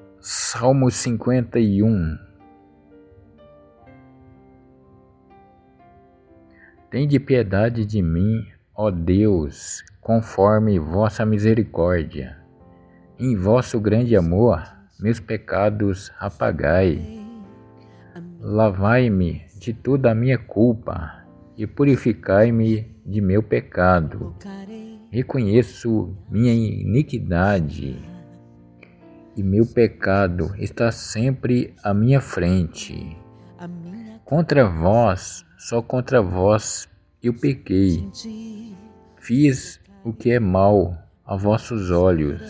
Salmo 51. Tende piedade de mim, ó Deus, conforme vossa misericórdia. Em vosso grande amor, meus pecados apagai. Lavai-me de toda a minha culpa e purificai-me de meu pecado. Reconheço minha iniquidade e meu pecado está sempre à minha frente. Contra vós, só contra vós eu pequei. Fiz o que é mal a vossos olhos.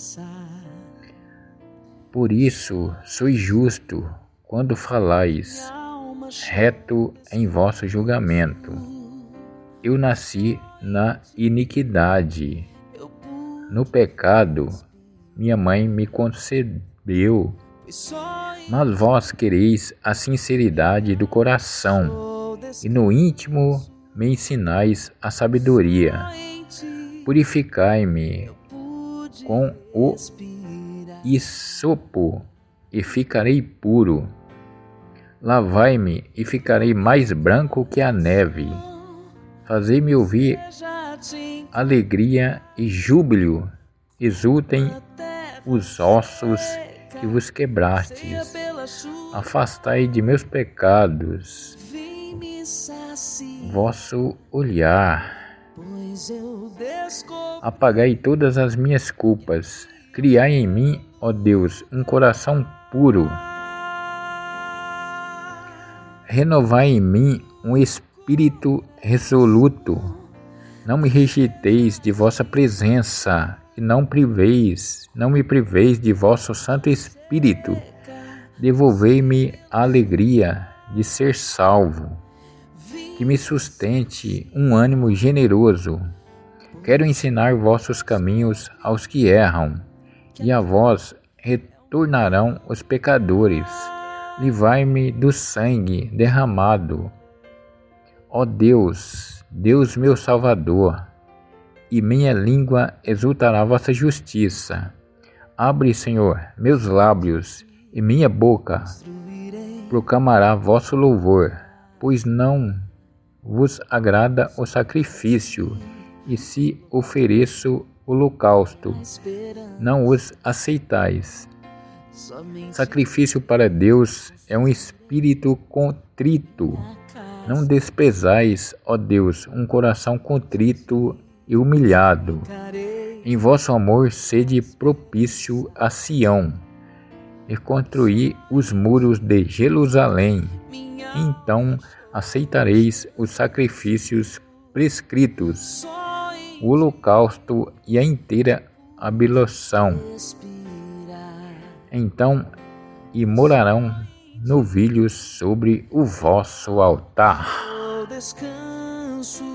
Por isso sois justo quando falais, reto em vosso julgamento. Eu nasci na iniquidade. No pecado minha mãe me concebeu. Mas vós quereis a sinceridade do coração, e no íntimo me ensinais a sabedoria. Purificai-me com o hisopo, e ficarei puro. Lavai-me, e ficarei mais branco que a neve. Fazei-me ouvir alegria e júbilo. Exultem os ossos que vos quebrastes. Afastai de meus pecados vosso olhar. Apagai todas as minhas culpas. Criai em mim, ó Deus, um coração puro. Renovai em mim um espírito resoluto. Não me rejeiteis de vossa presença e não me priveis de vosso Santo Espírito. Devolvei-me a alegria de ser salvo, que me sustente um ânimo generoso. Quero ensinar vossos caminhos aos que erram, e a vós retornarão os pecadores. Livrai-me do sangue derramado. Ó Deus, Deus meu Salvador, e minha língua exultará a vossa justiça. Abre, Senhor, meus lábios, e minha boca proclamará vosso louvor, pois não vos agrada o sacrifício, e se ofereço holocausto, não os aceitais. Sacrifício para Deus é um espírito contrito. Não desprezais, ó Deus, um coração contrito e humilhado. Em vosso amor sede propício a Sião, e construí os muros de Jerusalém. Então aceitareis os sacrifícios prescritos, o holocausto e a inteira ablução. Então imorarão novilhos sobre o vosso altar.